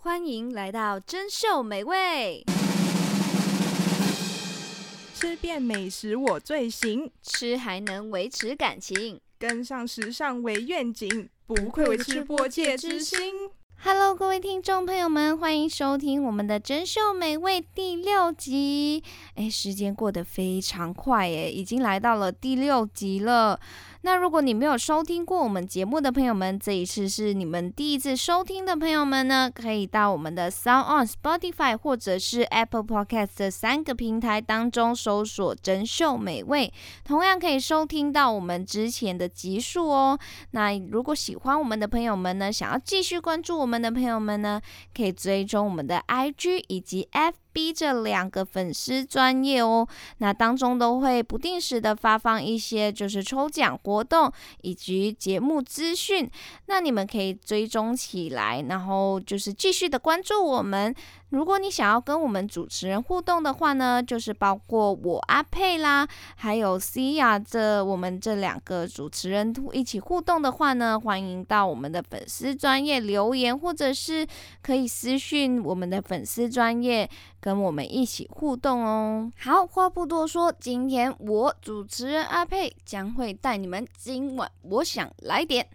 欢迎来到珍馐美味， 吃遍美食我最行， 吃还能维持感情， 跟上时尚为愿景，不愧为吃播界之星。 Hello， 各位听众朋友们，欢迎收听我们的珍馐美味第6集。时间过得非常快已经来到了第6集了。那如果你没有收听过我们节目的朋友们，这一次是你们第一次收听的朋友们呢，可以到我们的 SoundOn、Spotify 或者是 Apple Podcast 这3个平台当中搜索珍馐美味，同样可以收听到我们之前的集数哦。那如果喜欢我们的朋友们呢，想要继续关注我们的朋友们呢，可以追踪我们的 IG 以及 FB 这2个粉丝专页哦。那当中都会不定时的发放一些就是抽奖活动以及节目资讯，那你们可以追踪起来，然后就是继续的关注我们。如果你想要跟我们主持人互动的话呢，就是包括我阿佩啦，还有 Cia 我们这2个主持人一起互动的话呢，欢迎到我们的粉丝专页留言，或者是可以私讯我们的粉丝专页跟我们一起互动哦。好，话不多说，今天我主持人阿佩将会带你们今晚我想来点。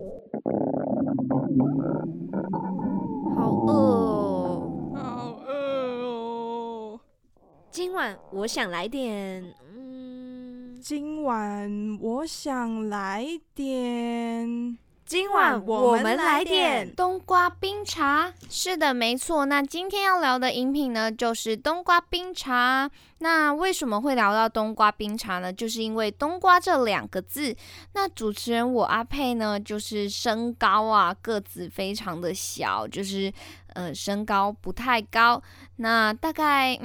好饿哦，今晚我想来点， 今晚我想来点。 今晚我们来点冬瓜冰茶。是的，没错。那今天要聊的饮品呢，就是冬瓜冰茶。那为什么会聊到冬瓜冰茶呢？就是因为冬瓜这2个字。那主持人我阿佩呢，就是身高啊，个子非常的小，就是身高不太高，那大概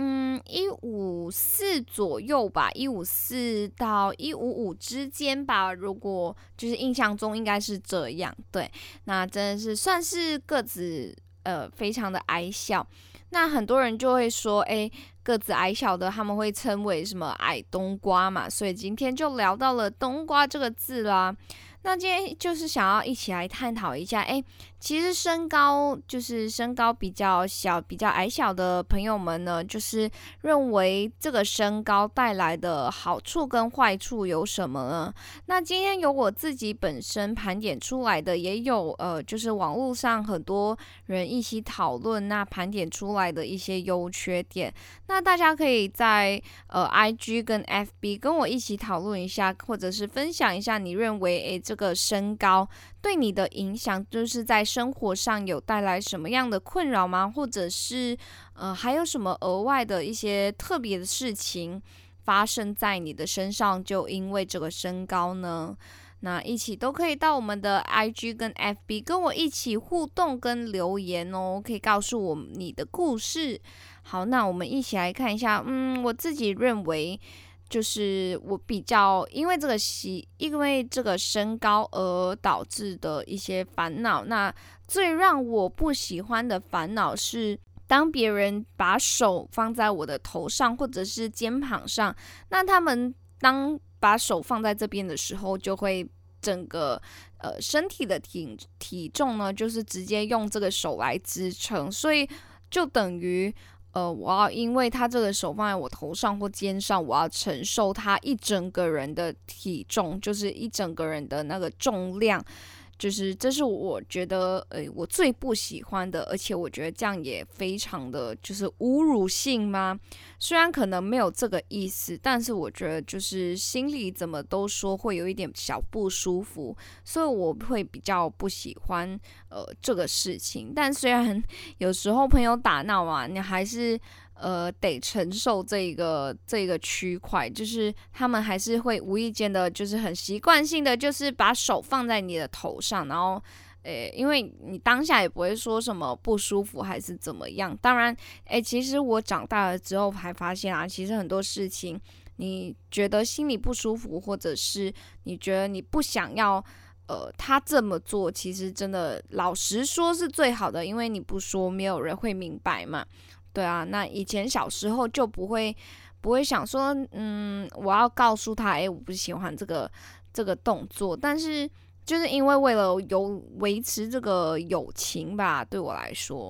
154左右吧，154到155之间吧，如果就是印象中应该是这样。对，那真的是算是个子非常的矮小。那很多人就会说个子矮小的他们会称为什么矮冬瓜嘛，所以今天就聊到了冬瓜这个字啦。那今天就是想要一起来探讨一下，其实身高比较小、比较矮小的朋友们呢，就是认为这个身高带来的好处跟坏处有什么呢？那今天有我自己本身盘点出来的，也有就是网络上很多人一起讨论，那盘点出来的一些优缺点。那大家可以在IG 跟 FB 跟我一起讨论一下，或者是分享一下你认为这个身高对你的影响，就是在生活上有带来什么样的困扰吗？或者是还有什么额外的一些特别的事情发生在你的身上，就因为这个身高呢？那一起都可以到我们的 IG 跟 FB 跟我一起互动跟留言哦，可以告诉我你的故事。好，那我们一起来看一下，我自己认为就是我比较因为这个身高而导致的一些烦恼。那最让我不喜欢的烦恼是，当别人把手放在我的头上或者是肩膀上，那他们当把手放在这边的时候，就会整个身体的体重呢，就是直接用这个手来支撑，所以就等于我要因为他这个手放在我头上或肩上，我要承受他一整个人的体重，就是一整个人的那个重量。就是这是我觉得我最不喜欢的，而且我觉得这样也非常的就是侮辱性吗？虽然可能没有这个意思，但是我觉得就是心里怎么都说会有一点小不舒服，所以我会比较不喜欢这个事情。但虽然有时候朋友打闹啊，你还是得承受这个区块，就是他们还是会无意间的，就是很习惯性的，就是把手放在你的头上，然后因为你当下也不会说什么不舒服还是怎么样。当然其实我长大了之后还发现啊，其实很多事情你觉得心里不舒服，或者是你觉得你不想要他这么做，其实真的老实说是最好的，因为你不说没有人会明白嘛。对啊，那以前小时候就不会想说我要告诉他我不喜欢这个动作，但是就是因为为了维持这个友情吧，对我来说，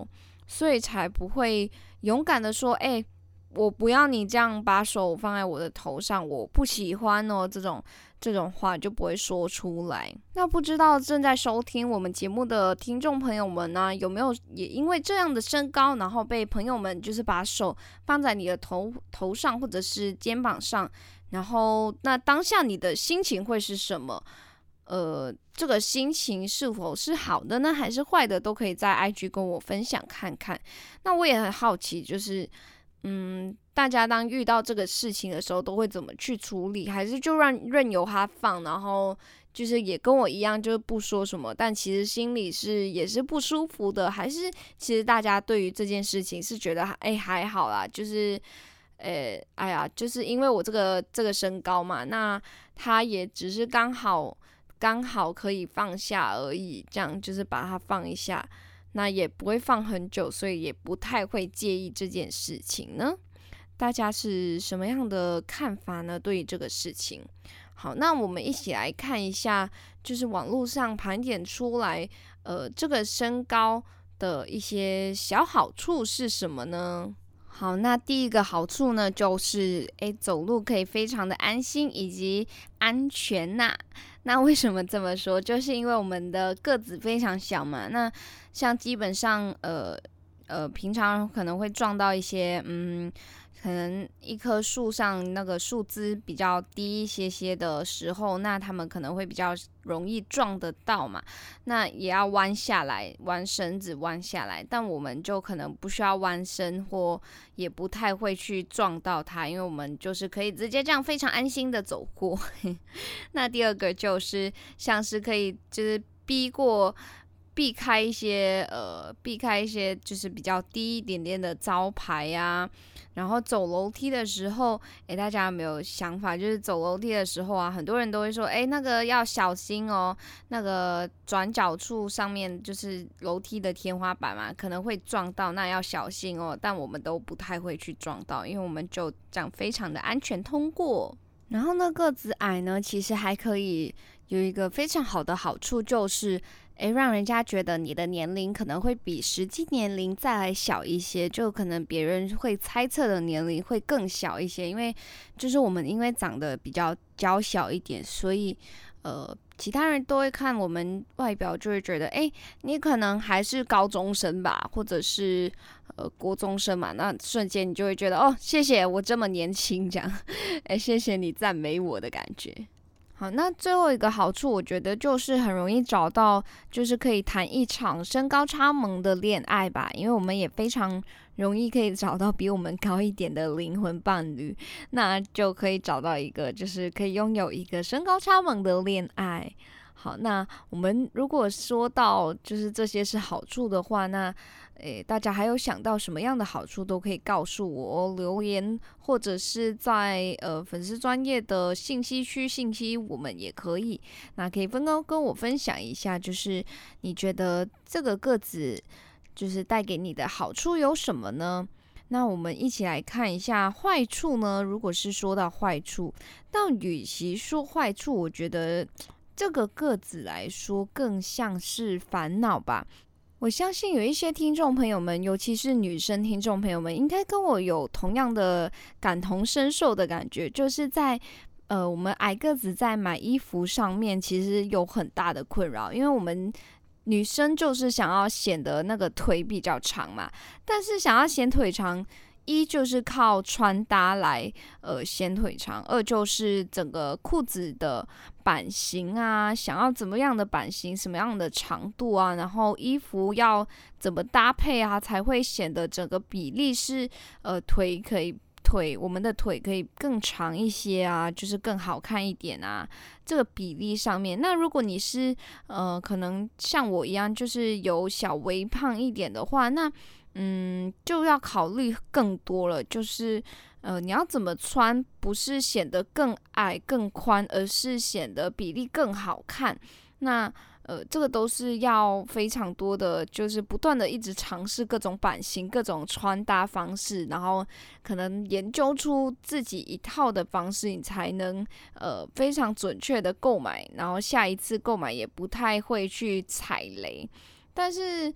所以才不会勇敢的说，我不要你这样把手放在我的头上，我不喜欢哦，这种话就不会说出来。那不知道正在收听我们节目的听众朋友们呢，有没有也因为这样的身高，然后被朋友们就是把手放在你的头上或者是肩膀上，然后那当下你的心情会是什么？这个心情是否是好的呢，还是坏的，都可以在 IG 跟我分享看看。那我也很好奇，就是大家当遇到这个事情的时候，都会怎么去处理？还是就任由它放，然后就是也跟我一样，就是不说什么，但其实心里也是不舒服的？还是其实大家对于这件事情是觉得还好啦，就是就是因为我这个身高嘛，那它也只是刚好可以放下而已，这样就是把它放一下。那也不会放很久，所以也不太会介意这件事情呢。大家是什么样的看法呢？对于这个事情，好，那我们一起来看一下，就是网络上盘点出来，这个身高的一些小好处是什么呢？好，那第一个好处呢，就是走路可以非常的安心以及安全呐。那为什么这么说？就是因为我们的个子非常小嘛。那像基本上平常可能会撞到一些可能一棵树上那个树枝比较低一些的时候，那他们可能会比较容易撞得到嘛。那也要弯下来，弯身子弯下来，但我们就可能不需要弯身，或也不太会去撞到它，因为我们就是可以直接这样非常安心的走过。那第二个就是像是可以就是避开一些就是比较低一点点的招牌啊。然后走楼梯的时候，大家有没有想法？就是走楼梯的时候啊，很多人都会说，那个要小心哦，那个转角处上面就是楼梯的天花板嘛，可能会撞到，那要小心哦。但我们都不太会去撞到，因为我们就这样非常的安全通过。然后呢，个子矮呢，其实还可以有一个非常好的好处，就是让人家觉得你的年龄可能会比实际年龄再来小一些，就可能别人会猜测的年龄会更小一些，因为就是我们因为长得比较娇小一点，所以其他人都会看我们外表，就会觉得你可能还是高中生吧，或者是国中生嘛，那瞬间你就会觉得谢谢我这么年轻这样，谢谢你赞美我的感觉。好，那最后一个好处，我觉得就是很容易找到，就是可以谈一场身高差萌的恋爱吧，因为我们也非常容易可以找到比我们高一点的灵魂伴侣，那就可以找到一个，就是可以拥有一个身高差萌的恋爱。好，那我们如果说到就是这些是好处的话，那大家还有想到什么样的好处都可以告诉我留言，或者是在粉丝专页的信息区信息我们也可以。那可以跟我分享一下，就是你觉得这个个子就是带给你的好处有什么呢？那我们一起来看一下坏处呢。如果是说到坏处，但与其说坏处，我觉得这个个子来说更像是烦恼吧。我相信有一些听众朋友们，尤其是女生听众朋友们，应该跟我有同样的感同身受的感觉，就是在我们矮个子在买衣服上面其实有很大的困扰，因为我们女生就是想要显得那个腿比较长嘛，但是想要显腿长，一就是靠穿搭来显腿长，二就是整个裤子的版型啊，想要怎么样的版型，什么样的长度啊，然后衣服要怎么搭配啊，才会显得整个比例是我们的腿可以更长一些啊，就是更好看一点啊，这个比例上面。那如果你是可能像我一样，就是有小微胖一点的话，那就要考虑更多了，就是你要怎么穿，不是显得更矮更宽，而是显得比例更好看。那这个都是要非常多的，就是不断的一直尝试各种版型、各种穿搭方式，然后可能研究出自己一套的方式，你才能非常准确的购买，然后下一次购买也不太会去踩雷。但是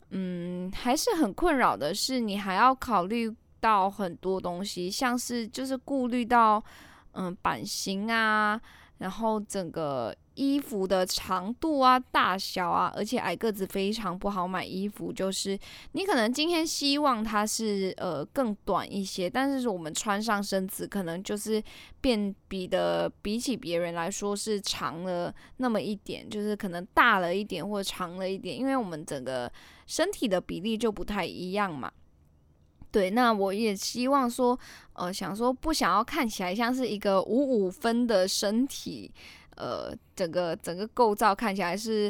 还是很困扰的是，你还要考虑到很多东西，像是就是顾虑到版型啊，然后整个衣服的长度啊、大小啊，而且矮个子非常不好买衣服，就是你可能今天希望它是更短一些，但是我们穿上身子可能就是比起别人来说是长了那么一点，就是可能大了一点或者长了一点，因为我们整个身体的比例就不太一样嘛。对，那我也希望说，想说不想要看起来像是一个5-5分的身体，整个构造看起来是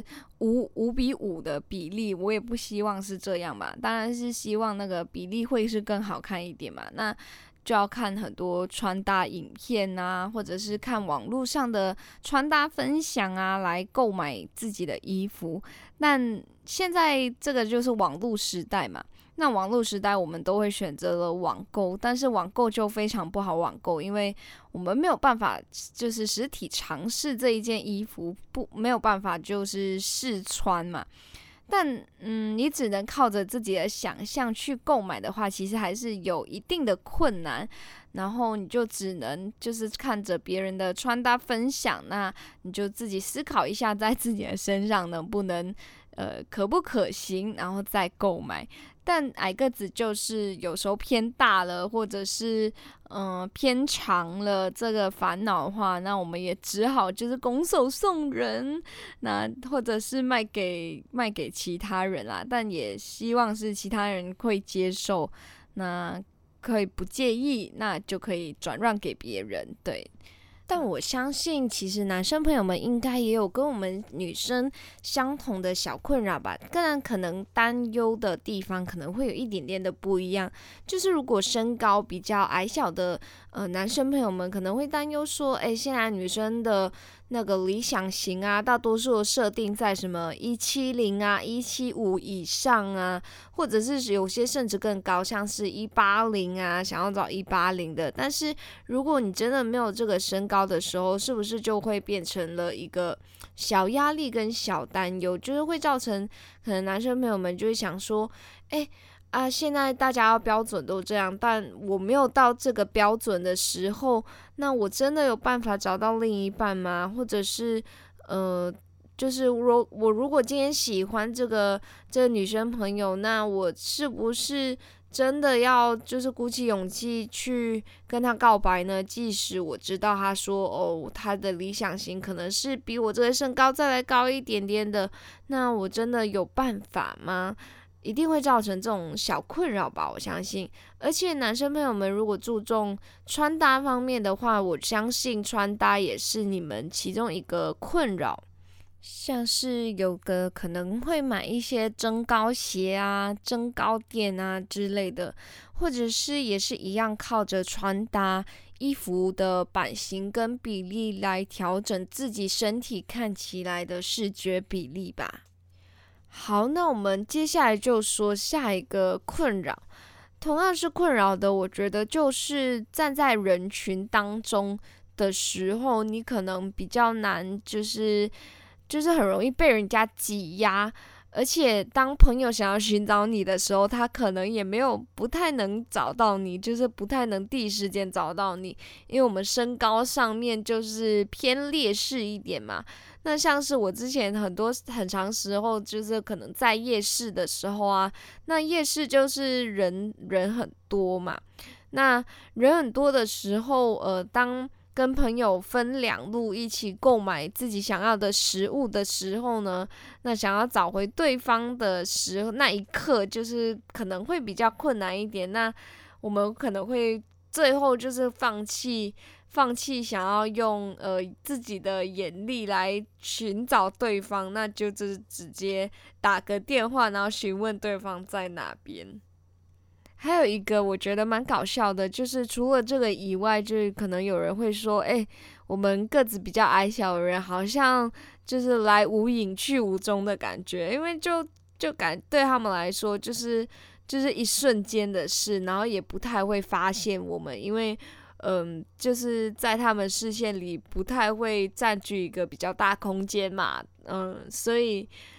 5:5的比例，我也不希望是这样嘛，当然是希望那个比例会是更好看一点嘛。那就要看很多穿搭影片啊，或者是看网络上的穿搭分享啊，来购买自己的衣服。但现在这个就是网络时代嘛，那网络时代我们都会选择了网购，但是网购就非常不好网购，因为我们没有办法就是实体尝试这一件衣服，没有办法就是试穿嘛。但你只能靠着自己的想象去购买的话，其实还是有一定的困难。然后你就只能就是看着别人的穿搭分享，那你就自己思考一下，在自己的身上能不能可不可行，然后再购买。但矮个子就是有时候偏大了，或者是偏长了，这个烦恼的话，那我们也只好就是拱手送人，那或者是卖给其他人啦。但也希望是其他人会接受，那可以不介意，那就可以转让给别人。对。但我相信，其实男生朋友们应该也有跟我们女生相同的小困扰吧，但可能担忧的地方可能会有一点点的不一样。就是如果身高比较矮小的男生朋友们可能会担忧说，现在女生的那个理想型啊，大多数的设定在什么170啊、175以上啊，或者是有些甚至更高，像是180啊，想要找180的。但是如果你真的没有这个身高的时候，是不是就会变成了一个小压力跟小担忧，就是会造成可能男生朋友们就会想说，现在大家要标准都这样，但我没有到这个标准的时候，那我真的有办法找到另一半吗？或者是就是我如果今天喜欢这个女生朋友，那我是不是真的要就是鼓起勇气去跟她告白呢？即使我知道她说她的理想型可能是比我这个身高再来高一点点的，那我真的有办法吗？一定会造成这种小困扰吧，我相信。而且男生朋友们如果注重穿搭方面的话，我相信穿搭也是你们其中一个困扰。像是有的可能会买一些增高鞋啊、增高垫啊之类的，或者是也是一样靠着穿搭衣服的版型跟比例来调整自己身体看起来的视觉比例吧。好，那我们接下来就说下一个困扰，同样是困扰的，我觉得就是站在人群当中的时候，你可能比较难，就是很容易被人家挤压，而且当朋友想要寻找你的时候，他可能也不太能找到你，就是不太能第一时间找到你，因为我们身高上面就是偏劣势一点嘛。那像是我之前很长时候就是可能在夜市的时候啊，那夜市就是人很多嘛，那人很多的时候，当跟朋友分两路一起购买自己想要的食物的时候呢，那想要找回对方的时候，那一刻就是可能会比较困难一点。那我们可能会最后就是放弃想要用自己的眼力来寻找对方，那就是直接打个电话，然后询问对方在哪边。还有一个我觉得蛮搞笑的，就是除了这个以外，就是可能有人会说，我们个子比较矮小的人好像就是来无影去无踪的感觉，因为就对他们来说就是一瞬间的事，然后也不太会发现我们，因为就是在他们视线里不太会占据一个比较大空间嘛，所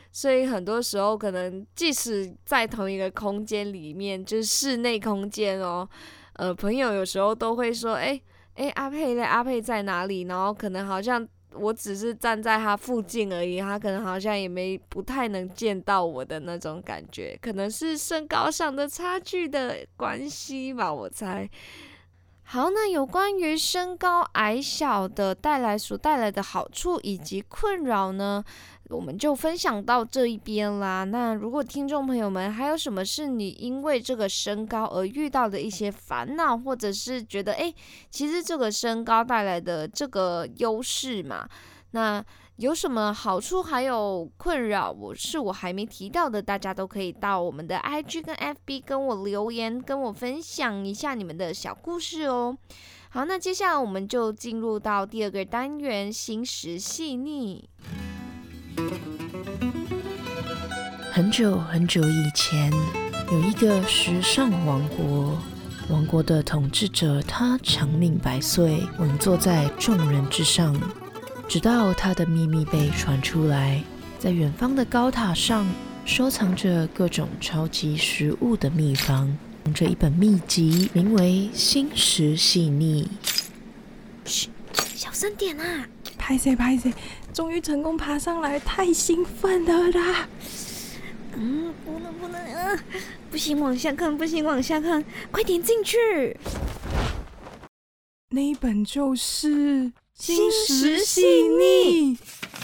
所以很多时候可能即使在同一个空间里面，就是室内空间哦，朋友有时候都会说，阿佩嘞，阿佩在哪里？然后可能好像我只是站在他附近而已，他可能好像也不太能见到我的那种感觉，可能是身高上的差距的关系吧，我猜。好，那有关于身高矮小的所带来的好处以及困扰呢，我们就分享到这一边啦。那如果听众朋友们还有什么是你因为这个身高而遇到的一些烦恼，或者是觉得其实这个身高带来的这个优势嘛，那有什么好处还有困扰我还没提到的，大家都可以到我们的 IG 跟 FB 跟我留言，跟我分享一下你们的小故事哦。好，那接下来我们就进入到第二个单元，心时细腻。 很久很久以前，有一个时尚王国，王国的统治者他长命百岁，稳坐在众人之上。直到他的秘密被传出来，在远方的高塔上收藏着各种超级食物的秘方。这一本秘籍名为《心时细腻》。 嘘，小声点啊！ 拍谁，终于成功爬上来，太兴奋了啦！ 不能，不行往下看，快点进去。 那一本就是心时细腻。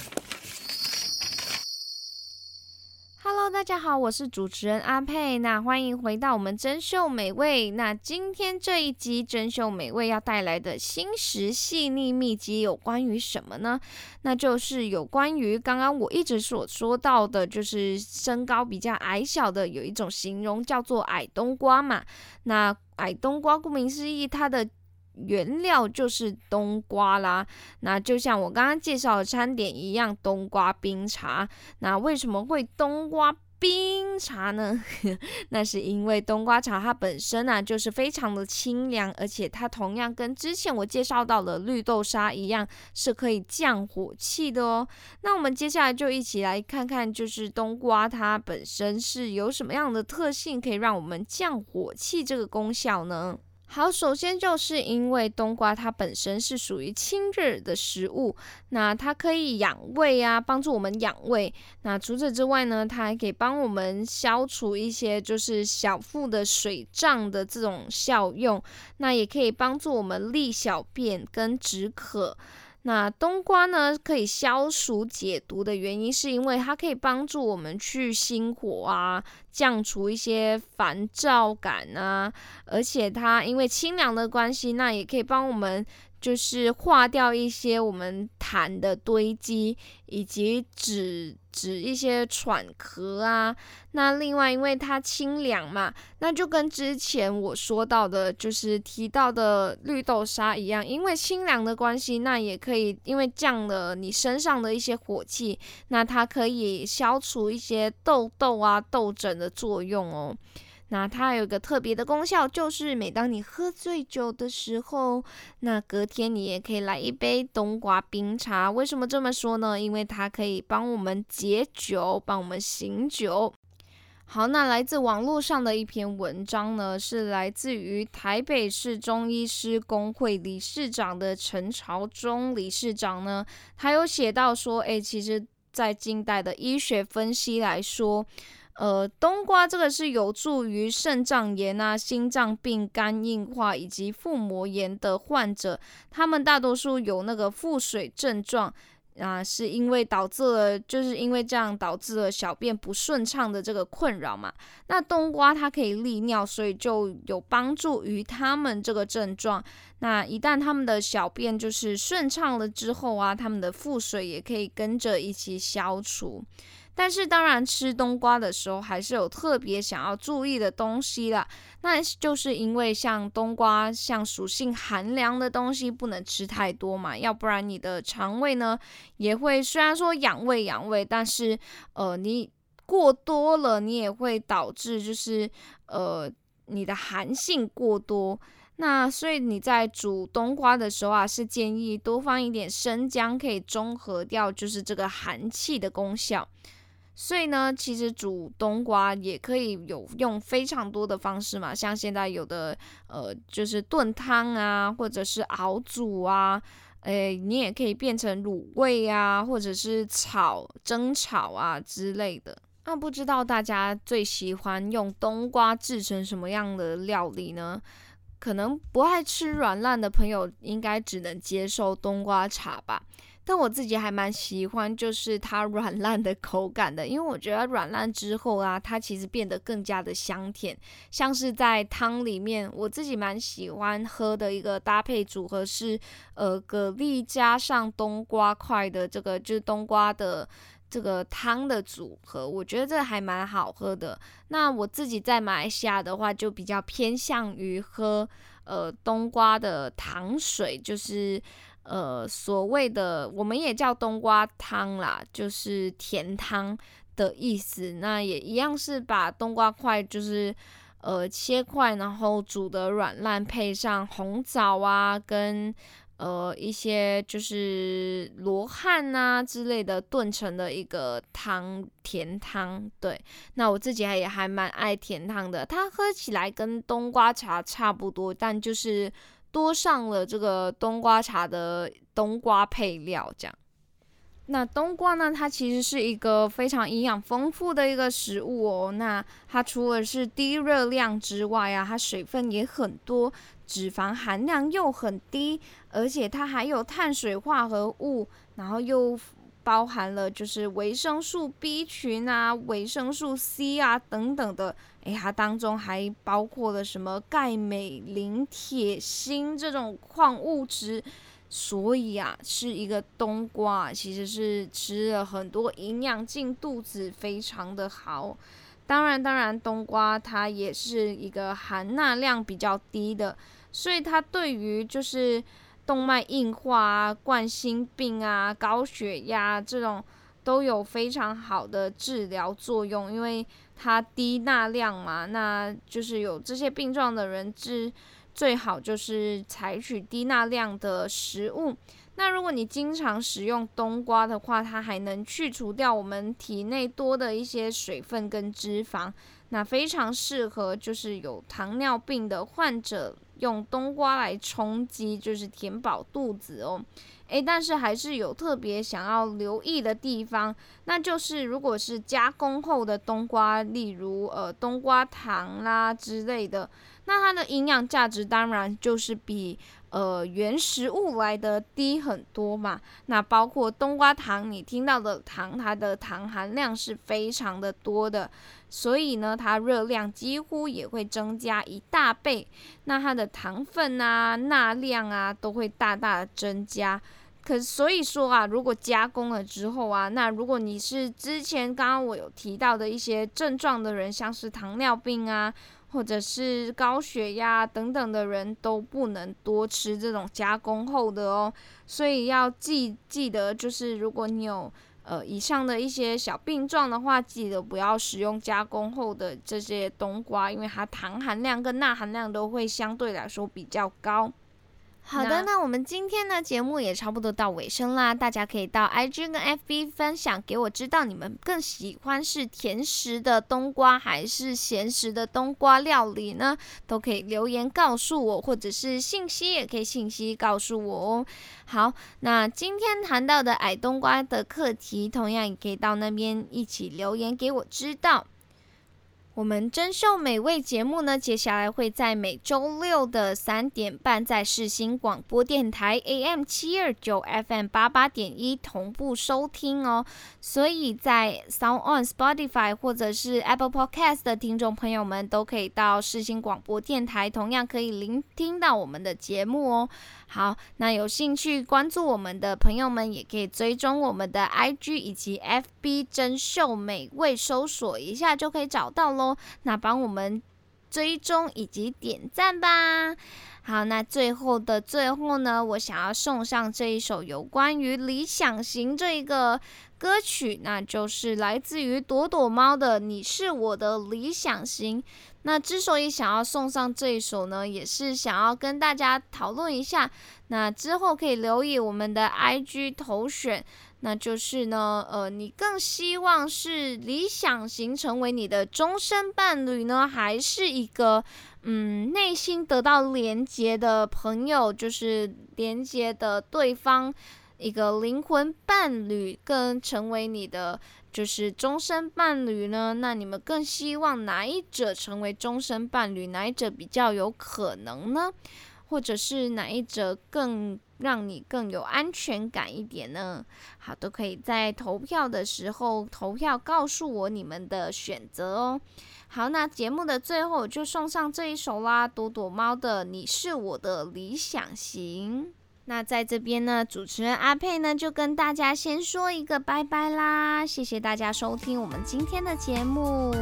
Hello， 大家好，我是主持人阿佩。那欢迎回到我们珍馐美味。那今天这一集珍馐美味要带来的心时细腻秘籍有关于什么呢？那就是有关于刚刚我一直所说到的，就是身高比较矮小的有一种形容叫做矮冬瓜嘛。那矮冬瓜顾名思义，它的原料就是冬瓜啦，那就像我刚刚介绍的餐点一样，冬瓜冰茶。那为什么会冬瓜冰茶呢？那是因为冬瓜茶它本身啊就是非常的清凉，而且它同样跟之前我介绍到的绿豆沙一样，是可以降火气的哦。那我们接下来就一起来看看，就是冬瓜它本身是有什么样的特性，可以让我们降火气这个功效呢？好，首先就是因为冬瓜它本身是属于清热的食物，那它可以养胃啊，帮助我们养胃。那除此之外呢，它还可以帮我们消除一些就是小腹的水胀的这种效用，那也可以帮助我们利小便跟止渴。那冬瓜呢，可以消暑解毒的原因，是因为它可以帮助我们去心火啊，降除一些烦躁感啊，而且它因为清凉的关系，那也可以帮我们就是化掉一些我们痰的堆积，以及止一些喘咳啊。那另外因为它清凉嘛，那就跟之前我说到的就是提到的绿豆沙一样，因为清凉的关系，那也可以因为降了你身上的一些火气，那它可以消除一些痘痘啊痘疹的作用哦。那它有一个特别的功效，就是每当你喝醉酒的时候，那隔天你也可以来一杯冬瓜冰茶。为什么这么说呢？因为它可以帮我们解酒，帮我们醒酒。好，那来自网络上的一篇文章呢，是来自于台北市中医师公会理事长的陈朝忠理事长呢，他有写到说，其实在近代的医学分析来说，冬瓜这个是有助于肾脏炎啊、心脏病、肝硬化以及腹膜炎的患者，他们大多数有那个腹水症状啊，是因为就是因为这样导致了小便不顺畅的这个困扰嘛。那冬瓜它可以利尿，所以就有帮助于他们这个症状。那一旦他们的小便就是顺畅了之后啊，他们的腹水也可以跟着一起消除。但是当然吃冬瓜的时候还是有特别想要注意的东西啦，那就是因为像冬瓜像属性寒凉的东西不能吃太多嘛，要不然你的肠胃呢也会虽然说养胃，但是你过多了你也会导致就是你的寒性过多。那所以你在煮冬瓜的时候啊，是建议多放一点生姜，可以中和掉就是这个寒气的功效。 所以呢，其实煮冬瓜也可以有用非常多的方式嘛，像现在有的就是炖汤啊，或者是熬煮啊，你也可以变成卤味啊，或者是蒸炒啊之类的。那不知道大家最喜欢用冬瓜制成什么样的料理呢？可能不爱吃软烂的朋友，应该只能接受冬瓜茶吧。但我自己还蛮喜欢，就是它软烂的口感的，因为我觉得软烂之后啊，它其实变得更加的香甜，像是在汤里面，我自己蛮喜欢喝的一个搭配组合是，蛤蜊加上冬瓜块的这个就是冬瓜的这个汤的组合，我觉得这还蛮好喝的。那我自己在马来西亚的话，就比较偏向于喝冬瓜的糖水，就是所谓的我们也叫冬瓜汤啦，就是甜汤的意思。那也一样是把冬瓜块就是切块，然后煮的软烂，配上红枣啊跟一些就是罗汉啊之类的炖成的一个甜汤。对，那我自己也还蛮爱甜汤的，它喝起来跟冬瓜茶差不多，但就是多上了这个冬瓜茶的冬瓜配料这样。那冬瓜呢，它其实是一个非常营养丰富的一个食物哦。那它除了是低热量之外啊，它水分也很多，脂肪含量又很低，而且它还有碳水化合物，然后又包含了就是维生素 B 群啊、维生素 C 啊等等的。它当中还包括了什么钙、镁、磷、铁、锌这种矿物质。所以啊，是一个冬瓜其实是吃了很多营养进肚子，非常的好。当然，冬瓜它也是一个含钠量比较低的，所以它对于就是动脉硬化啊、冠心病啊、高血压这种都有非常好的治疗作用，因为它低钠量嘛，那就是有这些病状的人最好就是采取低钠量的食物。那如果你经常食用冬瓜的话，它还能去除掉我们体内多的一些水分跟脂肪，那非常适合就是有糖尿病的患者用冬瓜来充饥，就是填饱肚子哦。但是还是有特别想要留意的地方，那就是如果是加工后的冬瓜，例如冬瓜糖啦之类的，那它的营养价值当然就是比原食物来的低很多嘛。那包括冬瓜糖，你听到的糖，它的糖含量是非常的多的，所以呢，它热量几乎也会增加1大倍。那它的糖分啊、钠量啊都会大大的增加。所以说啊，如果加工了之后啊，那如果你是之前刚刚我有提到的一些症状的人，像是糖尿病啊，或者是高血压等等的人，都不能多吃这种加工后的哦。所以要记得，就是如果你有以上的一些小病状的话，记得不要使用加工后的这些冬瓜，因为它糖含量跟钠含量都会相对来说比较高。好的，那我们今天的节目也差不多到尾声啦，大家可以到 IG 跟 FB 分享给我知道，你们更喜欢是甜食的冬瓜还是咸食的冬瓜料理呢？都可以留言告诉我，或者是信息也可以信息告诉我哦。好，那今天谈到的矮冬瓜的课题，同样也可以到那边一起留言给我知道。我们珍馐美味节目呢，接下来会在每周六的3点半在世新广播电台 AM729 FM88.1 同步收听哦。所以在 SoundOn、Spotify 或者是 Apple Podcast 的听众朋友们，都可以到世新广播电台，同样可以聆听到我们的节目哦。好，那有兴趣关注我们的朋友们，也可以追踪我们的 IG 以及 FB 珍馐美味，搜索一下就可以找到咯。那帮我们追踪以及点赞吧。好，那最后呢，我想要送上这一首有关于理想型这一个歌曲，那就是来自于朵朵猫的《你是我的理想型》。那之所以想要送上这一首呢，也是想要跟大家讨论一下，那之后可以留意我们的 IG 投选， 那就是呢，你更希望是理想型成为你的终身伴侣呢，还是一个内心得到连结的朋友，就是连接的对方一个灵魂伴侣，更成为你的就是终身伴侣呢？那你们更希望哪一者成为终身伴侣？哪一者比较有可能呢？或者是哪一者更让你更有安全感一点呢？好，都可以在投票的时候投票告诉我你们的选择哦。好，那节目的最后我就送上这一首啦，朵朵猫的《你是我的理想型》。那在这边呢，主持人阿佩呢就跟大家先说一个拜拜啦，谢谢大家收听我们今天的节目。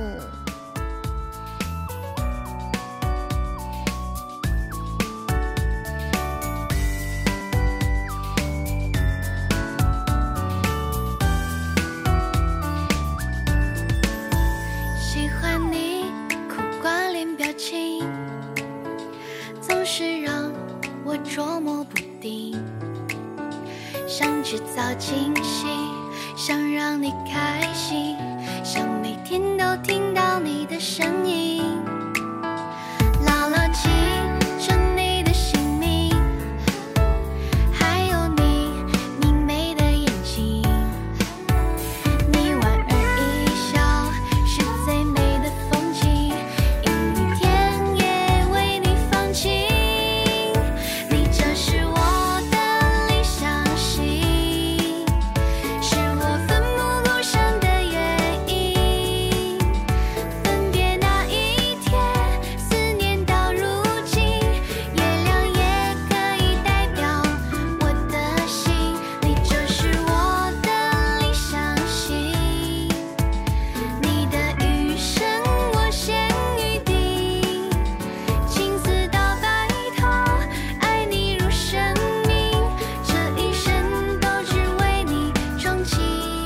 喜欢你苦瓜脸表情，总是让我捉摸不定，想制造惊喜，想让你开心，想每天都听到你的声音，牢牢记着你的姓名，还有你明媚的眼睛，你莞尔一笑是最美的风景，阴雨天也为你放晴，你就是我的理想型，是我奋不顾身的原因，分别那一天，思念到如今，月亮也可以代表我的心，你就是我的理想型，你的余生我献予你，青丝到白头，爱你如生命，这一生都只为你钟情。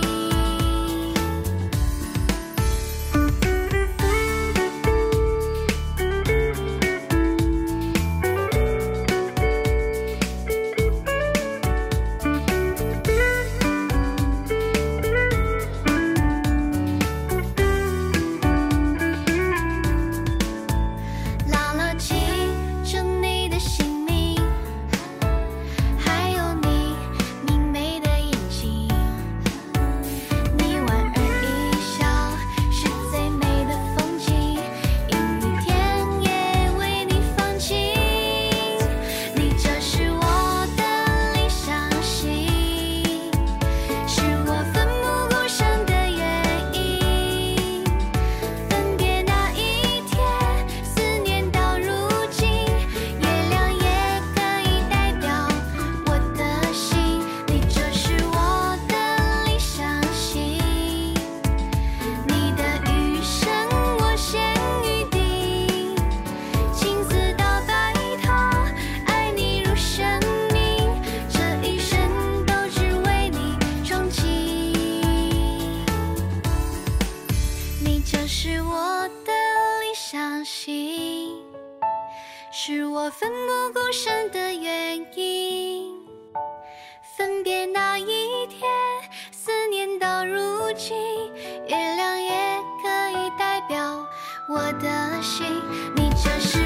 牢牢记着你的姓名，还有你明媚的眼睛，你莞尔一笑是最美的风景，阴雨天也为你放晴，你就是我的理想型，是我奋不顾身的原因，分别那一天，思念到如今，月亮也可以代表我的心，你就是我的理想型，你的余生我献予你，青丝到白头，爱你如生命，这一生都只为你钟情，你就是我的理想型，是我奋不顾身的原因，分别那一天，思念到如今，月亮也可以代表我的心，你就是